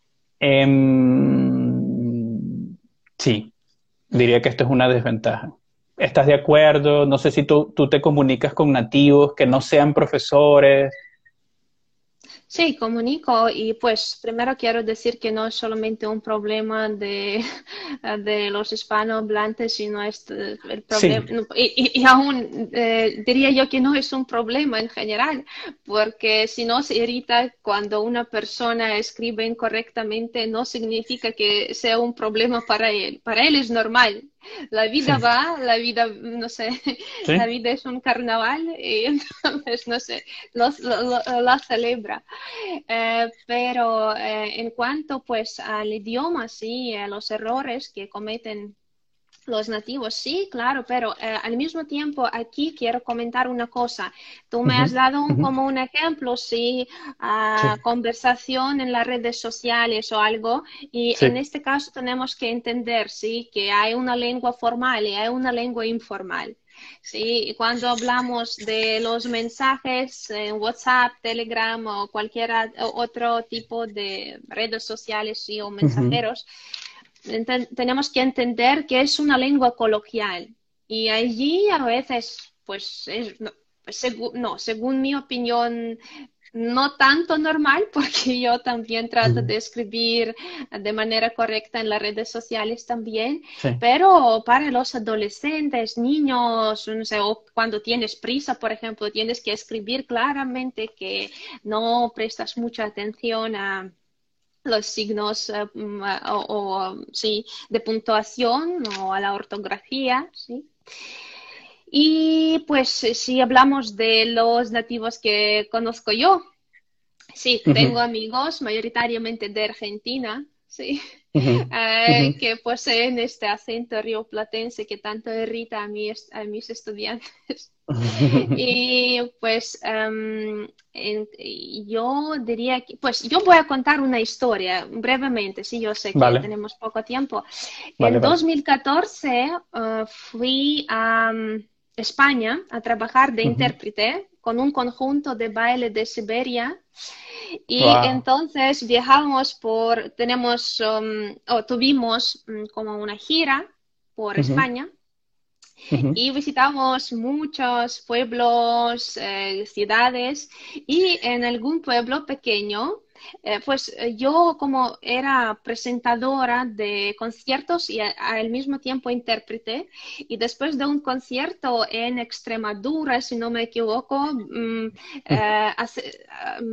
Sí, diría que esto es una desventaja. ¿Estás de acuerdo? No sé si tú te comunicas con nativos que no sean profesores. Sí, comunico y pues primero quiero decir que no es solamente un problema de los hispanohablantes, sino es el problema, Sí, no, y aún diría yo que no es un problema en general, porque si no se irrita cuando una persona escribe incorrectamente, no significa que sea un problema para él es normal. La vida sí, va, la vida, no sé, la sí. vida es un carnaval y entonces, no sé, la celebra. Pero en cuanto pues al idioma, sí, a los errores que cometen los nativos, sí, claro, pero al mismo tiempo aquí quiero comentar una cosa. Tú me Ujú, has dado ujú, como un ejemplo, sí, sí, conversación en las redes sociales o algo, y en sí. este caso tenemos que entender, sí, que hay una lengua formal y hay una lengua informal. Sí, y cuando hablamos de los mensajes en WhatsApp, Telegram o cualquier otro tipo de redes sociales sí, o Ujú, mensajeros, tenemos que entender que es una lengua coloquial y allí a veces pues pues, no, según mi opinión, no tanto normal, porque yo también trato Ujú. de escribir de manera correcta en las redes sociales también, Sí. pero para los adolescentes, niños, no sé, o cuando tienes prisa, por ejemplo, tienes que escribir claramente que no prestas mucha atención a los signos sí, de puntuación o a la ortografía, ¿sí? Y pues si hablamos de los nativos que conozco yo, sí, tengo Ujú, amigos mayoritariamente de Argentina, sí, ujú, ujú. que poseen este acento rioplatense que tanto irrita a, a mis estudiantes. Y pues yo diría que, pues yo voy a contar una historia brevemente, sí, yo sé que Vale, tenemos poco tiempo. vale, En vale. 2014 fui a España a trabajar de Ujú. intérprete con un conjunto de baile de Siberia y Wow. entonces viajamos o tuvimos como una gira por Ujú, España ujú, y visitamos muchos pueblos, ciudades y en algún pueblo pequeño, yo como era presentadora de conciertos y al mismo tiempo intérprete, y después de un concierto en Extremadura, si no me equivoco, ujú, eh, ace-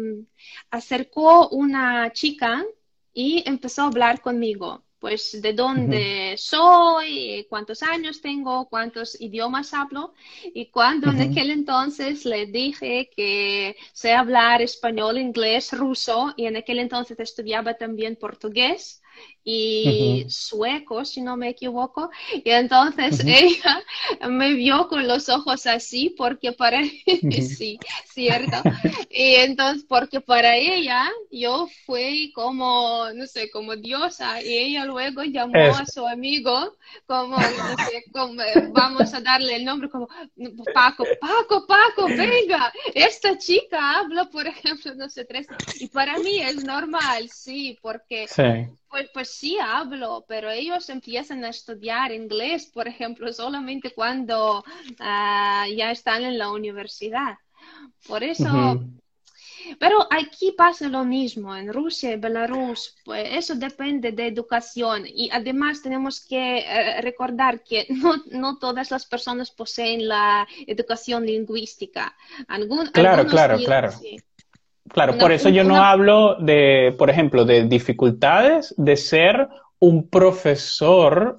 acercó una chica y empezó a hablar conmigo. Pues de ujú, dónde soy, cuántos años tengo, cuántos idiomas hablo. Y cuando en ujú, aquel entonces le dije que sé hablar español, inglés, ruso, y en aquel entonces estudiaba también portugués y ujú, sueco, si no me equivoco. Y entonces ujú, ella me vio con los ojos así, porque para, ujú. sí, cierto. Y entonces, porque para ella yo fui como, no sé, como diosa, y ella luego llamó Eso. a su amigo, como, no sé, como, vamos a darle el nombre, como Paco, Paco, Paco, venga, esta chica habla, por ejemplo, no sé, tres, y para mí es normal, sí, porque Sí. pues sí hablo, pero ellos empiezan a estudiar inglés, por ejemplo, solamente cuando ya están en la universidad. Por eso, Ujú. pero aquí pasa lo mismo en Rusia y Belarus, pues eso depende de educación y además tenemos que recordar que no todas las personas poseen la educación lingüística. Claro, Algunos claro, sí, claro. sí. Claro, por eso yo no hablo de, por ejemplo, de dificultades de ser un profesor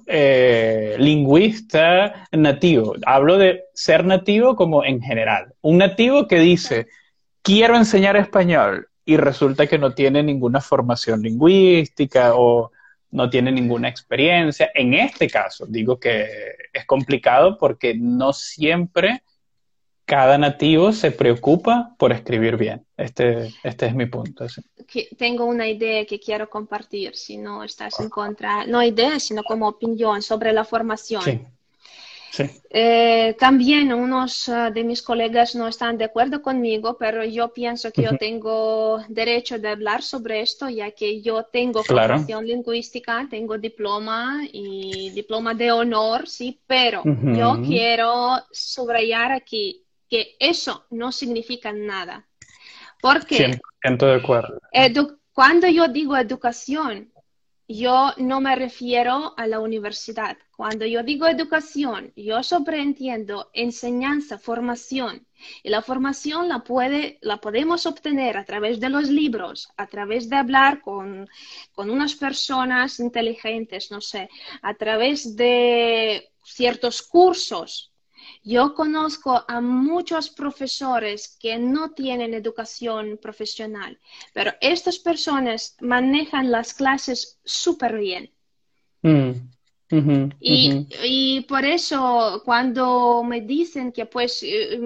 lingüista nativo. Hablo de ser nativo como en general. Un nativo que dice, quiero enseñar español y resulta que no tiene ninguna formación lingüística o no tiene ninguna experiencia. En este caso, digo que es complicado porque no siempre cada nativo se preocupa por escribir bien. Este es mi punto. Sí, que tengo una idea que quiero compartir, si no estás en contra, no idea, sino como opinión sobre la formación. sí. Sí. También unos de mis colegas no están de acuerdo conmigo, pero yo pienso que yo Ujú. tengo derecho de hablar sobre esto, ya que yo tengo Claro. formación lingüística, tengo diploma y diploma de honor, sí, pero yo Ujú. quiero subrayar aquí que eso no significa nada. Porque 100% de acuerdo. cuando yo digo educación, yo no me refiero a la universidad. Cuando yo digo educación, yo sobreentiendo enseñanza, formación. Y la formación la podemos obtener a través de los libros, a través de hablar con unas personas inteligentes, no sé, a través de ciertos cursos. Yo conozco a muchos profesores que no tienen educación profesional, pero estas personas manejan las clases súper bien. Mm. Ujú, ujú. Y por eso cuando me dicen que pues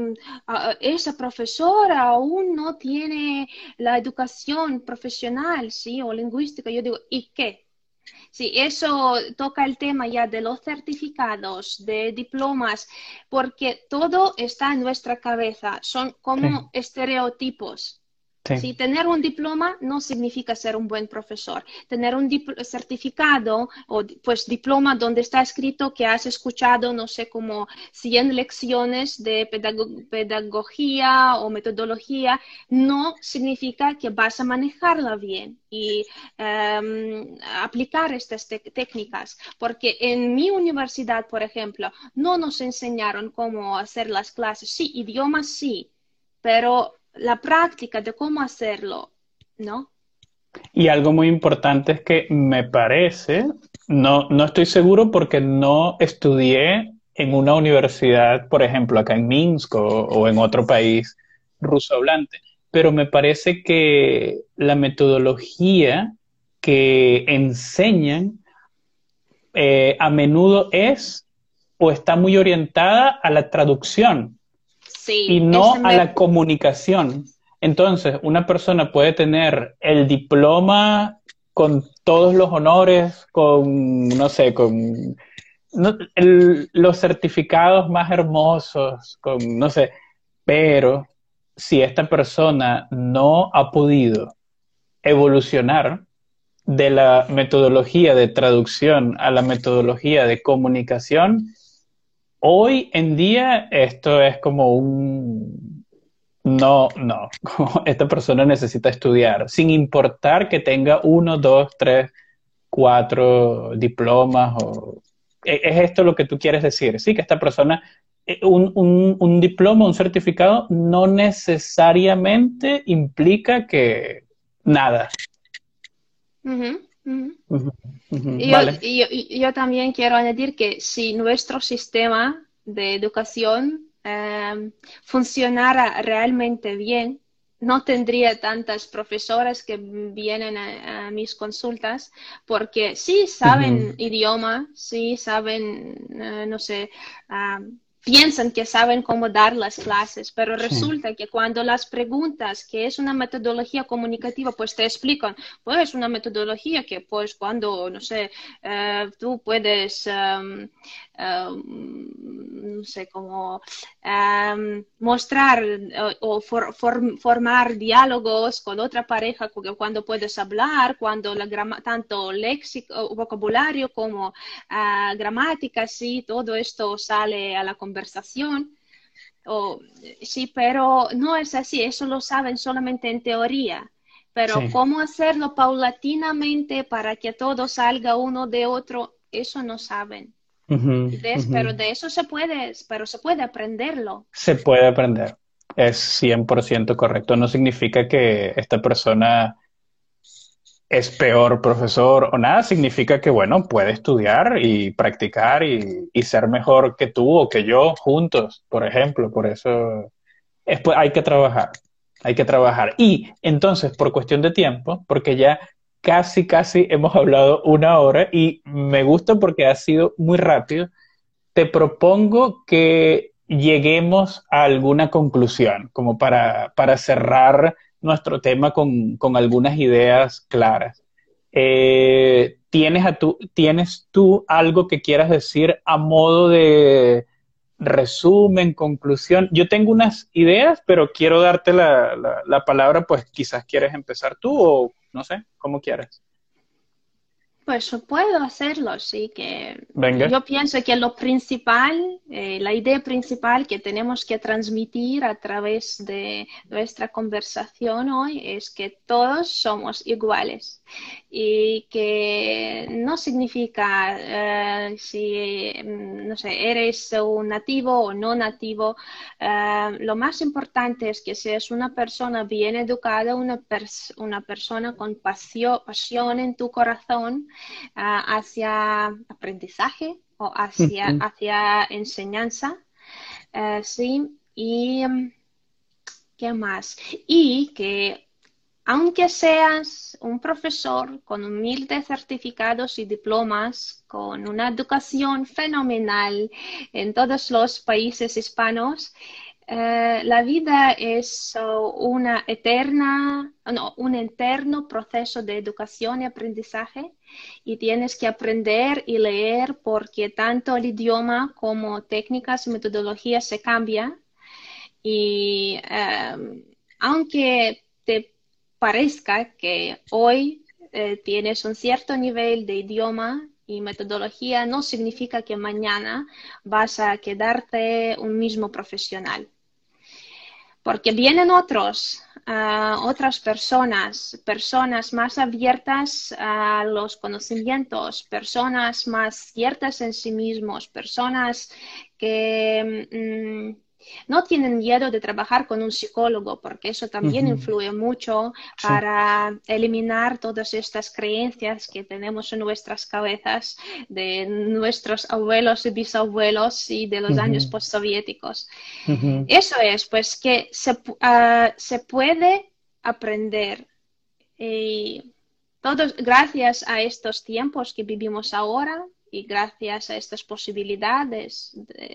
esa profesora aún no tiene la educación profesional, sí, o lingüística, yo digo, ¿y qué? Sí, eso toca el tema ya de los certificados, de diplomas, porque todo está en nuestra cabeza, son como Sí, estereotipos. Sí. Sí, tener un diploma no significa ser un buen profesor. Tener un certificado o pues diploma donde está escrito que has escuchado, no sé, como 100 lecciones de pedagogía o metodología, no significa que vas a manejarla bien y aplicar estas técnicas. Porque en mi universidad, por ejemplo, no nos enseñaron cómo hacer las clases. Sí, idiomas sí, pero la práctica de cómo hacerlo, ¿no? Y algo muy importante es que me parece, no estoy seguro porque no estudié en una universidad, por ejemplo, acá en Minsk o en otro país ruso hablante, pero me parece que la metodología que enseñan a menudo es o está muy orientada a la traducción y Sí, no a la comunicación. Entonces, una persona puede tener el diploma con todos los honores, con, no sé, con los certificados más hermosos, con, no sé, pero si esta persona no ha podido evolucionar de la metodología de traducción a la metodología de comunicación, hoy en día esto es como un no, esta persona necesita estudiar, sin importar que tenga uno, dos, tres, cuatro diplomas o... ¿Es esto lo que tú quieres decir? Sí, que esta persona, un diploma, un certificado, no necesariamente implica que nada. ujú, ujú. Ujú, ujú, Y yo, vale. yo también quiero añadir que si nuestro sistema de educación funcionara realmente bien, no tendría tantas profesoras que vienen a mis consultas, porque sí Ujú, saben idioma, sí saben, no sé, piensan que saben cómo dar las clases, pero sí. resulta que cuando las preguntas, que es una metodología comunicativa, pues te explican, pues una metodología que pues cuando, no sé, tú puedes, no sé, como mostrar o formar diálogos con otra pareja cuando puedes hablar, cuando tanto léxico, vocabulario como gramática, sí, todo esto sale a la conversación. O, sí, pero no es así, eso lo saben solamente en teoría. Pero Sí. cómo hacerlo paulatinamente para que todo salga uno de otro, eso no saben. Ujú, ujú. Pero de eso se puede, pero se puede aprenderlo. Se puede aprender. Es 100% correcto. No significa que esta persona es peor profesor o nada. Significa que, bueno, puede estudiar y practicar y ser mejor que tú o que yo juntos, por ejemplo. Por eso hay que trabajar. Hay que trabajar. Y entonces, por cuestión de tiempo, porque ya casi hemos hablado una hora y me gusta porque ha sido muy rápido. Te propongo que lleguemos a alguna conclusión, como para cerrar nuestro tema con algunas ideas claras. ¿Tienes tú algo que quieras decir a modo de resumen, conclusión? Yo tengo unas ideas, pero quiero darte la palabra, pues quizás quieres empezar tú o no sé, como quieras. Pues puedo hacerlo, sí, que Venga. yo pienso que lo principal, la idea principal que tenemos que transmitir a través de nuestra conversación hoy es que todos somos iguales y que no significa si, no sé, eres un nativo o no nativo. Lo más importante es que seas una persona bien educada, una persona con pasión en tu corazón hacia aprendizaje o hacia enseñanza, sí, y ¿qué más? Y que aunque seas un profesor con humildes certificados y diplomas, con una educación fenomenal en todos los países hispanos, la vida es una eterna, no, un eterno proceso de educación y aprendizaje y tienes que aprender y leer porque tanto el idioma como técnicas y metodologías se cambian y aunque parezca que hoy tienes un cierto nivel de idioma y metodología, no significa que mañana vas a quedarte un mismo profesional. Porque vienen otras personas más abiertas a los conocimientos, personas más ciertas en sí mismos, personas que no tienen miedo de trabajar con un psicólogo, porque eso también Ujú. influye mucho Sí. para eliminar todas estas creencias que tenemos en nuestras cabezas de nuestros abuelos y bisabuelos y de los años Ujú. postsoviéticos. Ujú. Eso es, pues que se puede aprender y todos, gracias a estos tiempos que vivimos ahora y gracias a estas posibilidades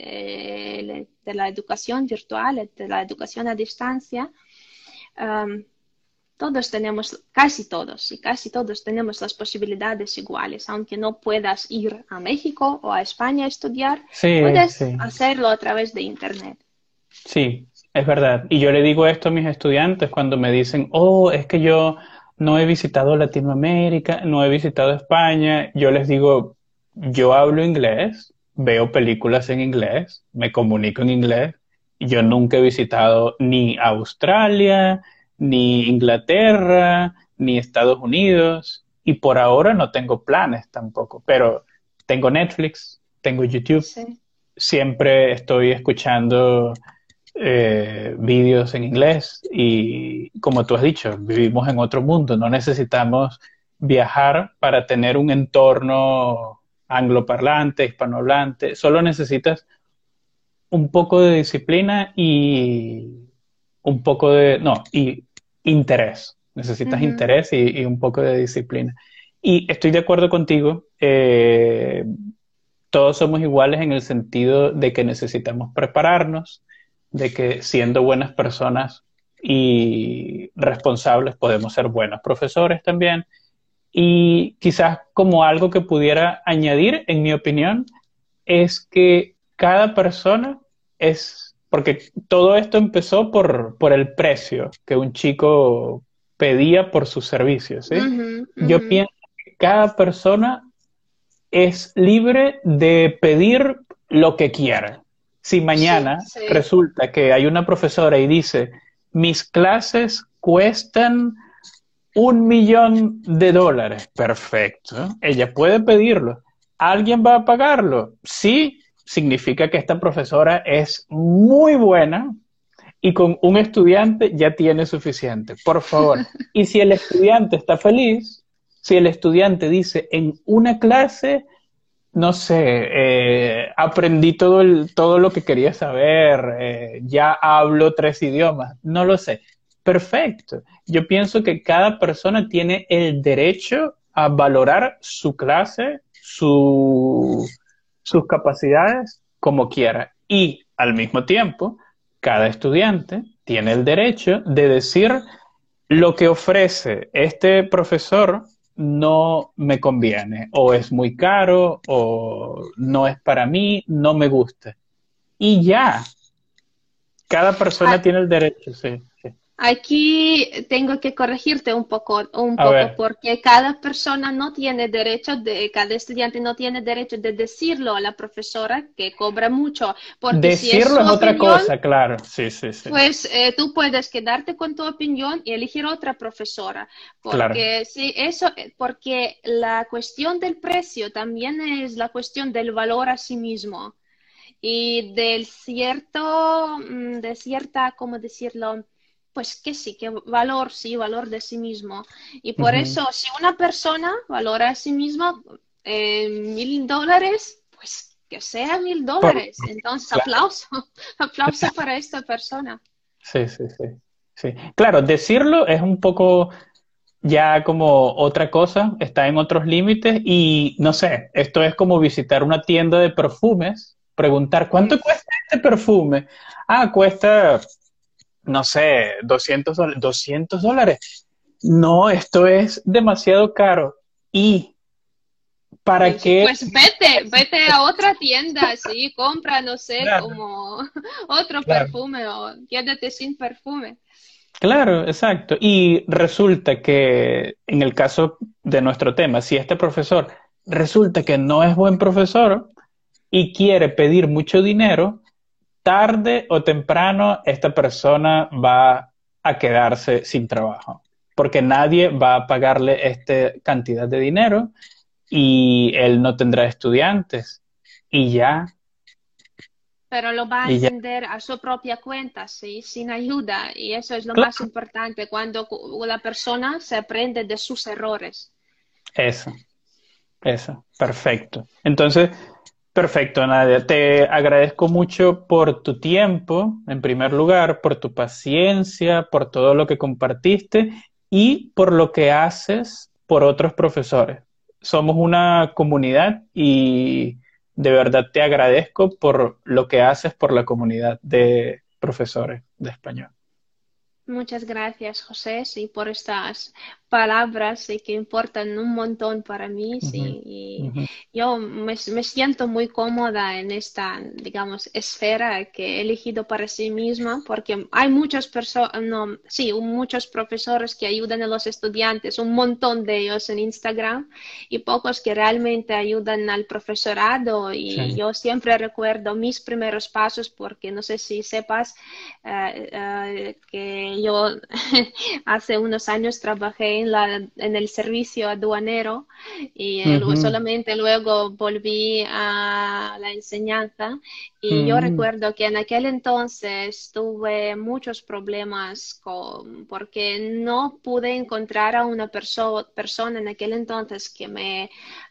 de la educación virtual, de la educación a distancia, um, todos tenemos, casi todos tenemos las posibilidades iguales. Aunque no puedas ir a México o a España a estudiar, Sí, puedes sí. hacerlo a través de Internet. Sí, es verdad. Y yo le digo esto a mis estudiantes cuando me dicen, oh, es que yo no he visitado Latinoamérica, no he visitado España. Yo les digo, yo hablo inglés, veo películas en inglés, me comunico en inglés. Y yo nunca he visitado ni Australia, ni Inglaterra, ni Estados Unidos. Y por ahora no tengo planes tampoco, pero tengo Netflix, tengo YouTube, Sí. siempre estoy escuchando vídeos en inglés y como tú has dicho, vivimos en otro mundo, no necesitamos viajar para tener un entorno angloparlante, hispanohablante, solo necesitas un poco de disciplina y un poco de, no, y interés, necesitas Ujú. interés y un poco de disciplina. Y estoy de acuerdo contigo, todos somos iguales en el sentido de que necesitamos prepararnos, de que siendo buenas personas y responsables podemos ser buenos profesores también. Y quizás como algo que pudiera añadir, en mi opinión, es que cada persona es, porque todo esto empezó por el precio que un chico pedía por sus servicios, ¿sí? Ujú, Yo ujú. pienso que cada persona es libre de pedir lo que quiera. Si Sí, mañana sí. resulta que hay una profesora y dice, mis clases cuestan $1 millón, perfecto, ella puede pedirlo. ¿Alguien va a pagarlo? Sí, significa que esta profesora es muy buena y con un estudiante ya tiene suficiente, por favor. Y si el estudiante está feliz, si el estudiante dice en una clase no sé, aprendí todo lo que quería saber, ya hablo 3 idiomas, no lo sé. Perfecto. Yo pienso que cada persona tiene el derecho a valorar su clase, sus capacidades como quiera. Y al mismo tiempo, cada estudiante tiene el derecho de decir lo que ofrece este profesor no me conviene, o es muy caro, o no es para mí, no me gusta. Y ya, cada persona A- tiene el derecho, sí, sí. Aquí tengo que corregirte un A poco, ver, porque cada persona no tiene derecho cada estudiante no tiene derecho de decirlo a la profesora que cobra mucho, porque si es decirlo su es otra opinión, cosa, claro, sí, sí, sí, pues tú puedes quedarte con tu opinión y elegir otra profesora, claro. porque sí, eso, porque la cuestión del precio también es la cuestión del valor a sí mismo y de cierta, ¿cómo decirlo? Pues que sí, valor de sí mismo. Y por Ujú. eso, si una persona valora a sí misma $1.000, pues que sea mil Por- dólares. Entonces, claro, aplauso, aplauso para esta persona. sí, sí, sí, sí. Claro, decirlo es un poco ya como otra cosa, está en otros límites y no sé, esto es como visitar una tienda de perfumes, preguntar, ¿cuánto Mm. cuesta este perfume? Ah, cuesta, no sé, $200. $200. No, esto es demasiado caro. ¿Y para Pues, qué? pues vete a otra tienda, sí, compra, no sé, Claro, como otro claro. perfume o quédate sin perfume. Claro, exacto. Y resulta que en el caso de nuestro tema, si este profesor resulta que no es buen profesor y quiere pedir mucho dinero, tarde o temprano esta persona va a quedarse sin trabajo, porque nadie va a pagarle esta cantidad de dinero y él no tendrá estudiantes y ya, Pero lo va a y ya. entender a su propia cuenta, ¿sí? Sin ayuda. Y eso es lo más Claro, importante cuando la persona se aprende de sus errores. eso, eso, perfecto. Entonces, perfecto, Nadia. Te agradezco mucho por tu tiempo, en primer lugar, por tu paciencia, por todo lo que compartiste y por lo que haces por otros profesores. Somos una comunidad y de verdad te agradezco por lo que haces por la comunidad de profesores de español. Muchas gracias, José, sí, por estas palabras, sí, que importan un montón para mí, Ujú, sí, y ujú. yo me siento muy cómoda en esta, digamos, esfera que he elegido para sí misma, porque hay muchas personas, no, sí, muchos profesores que ayudan a los estudiantes, un montón de ellos en Instagram, y pocos que realmente ayudan al profesorado, y Sí. yo siempre recuerdo mis primeros pasos, porque no sé si sepas, que yo hace unos años trabajé en el servicio aduanero y Ujú, solamente luego volví a la enseñanza y yo ujú, recuerdo que en aquel entonces tuve muchos problemas porque no pude encontrar a una persona en aquel entonces que me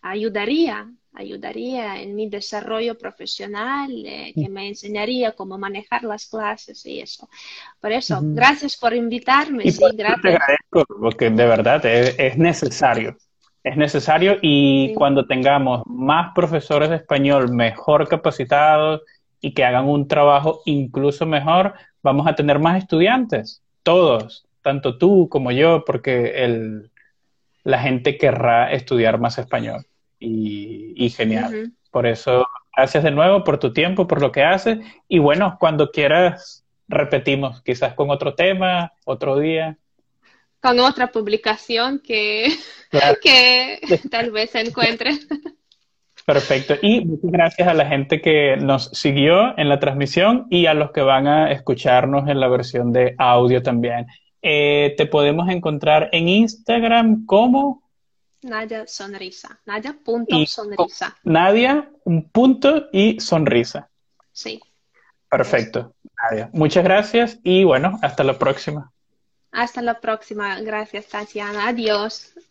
ayudaría en mi desarrollo profesional, que me enseñaría cómo manejar las clases y eso. Por eso, ujú. gracias por invitarme, Y por sí, eso te gracias. agradezco, porque de verdad es necesario. Es necesario y Sí. cuando tengamos más profesores de español mejor capacitados y que hagan un trabajo incluso mejor, vamos a tener más estudiantes, todos, tanto tú como yo, porque la gente querrá estudiar más español. Y genial. Ujú. Por eso, gracias de nuevo por tu tiempo, por lo que haces. Y bueno, cuando quieras, repetimos, quizás con otro tema, otro día. Con otra publicación Claro, que tal vez encuentre. perfecto. Y muchas gracias a la gente que nos siguió en la transmisión y a los que van a escucharnos en la versión de audio también. Te podemos encontrar en Instagram como Nadia Sonrisa. Nadia punto y sonrisa. Nadia, un punto y sonrisa. Sí, esto. Perfecto, Nadia. Muchas gracias y bueno, hasta la próxima. Hasta la próxima. Gracias, Tatiana. Adiós.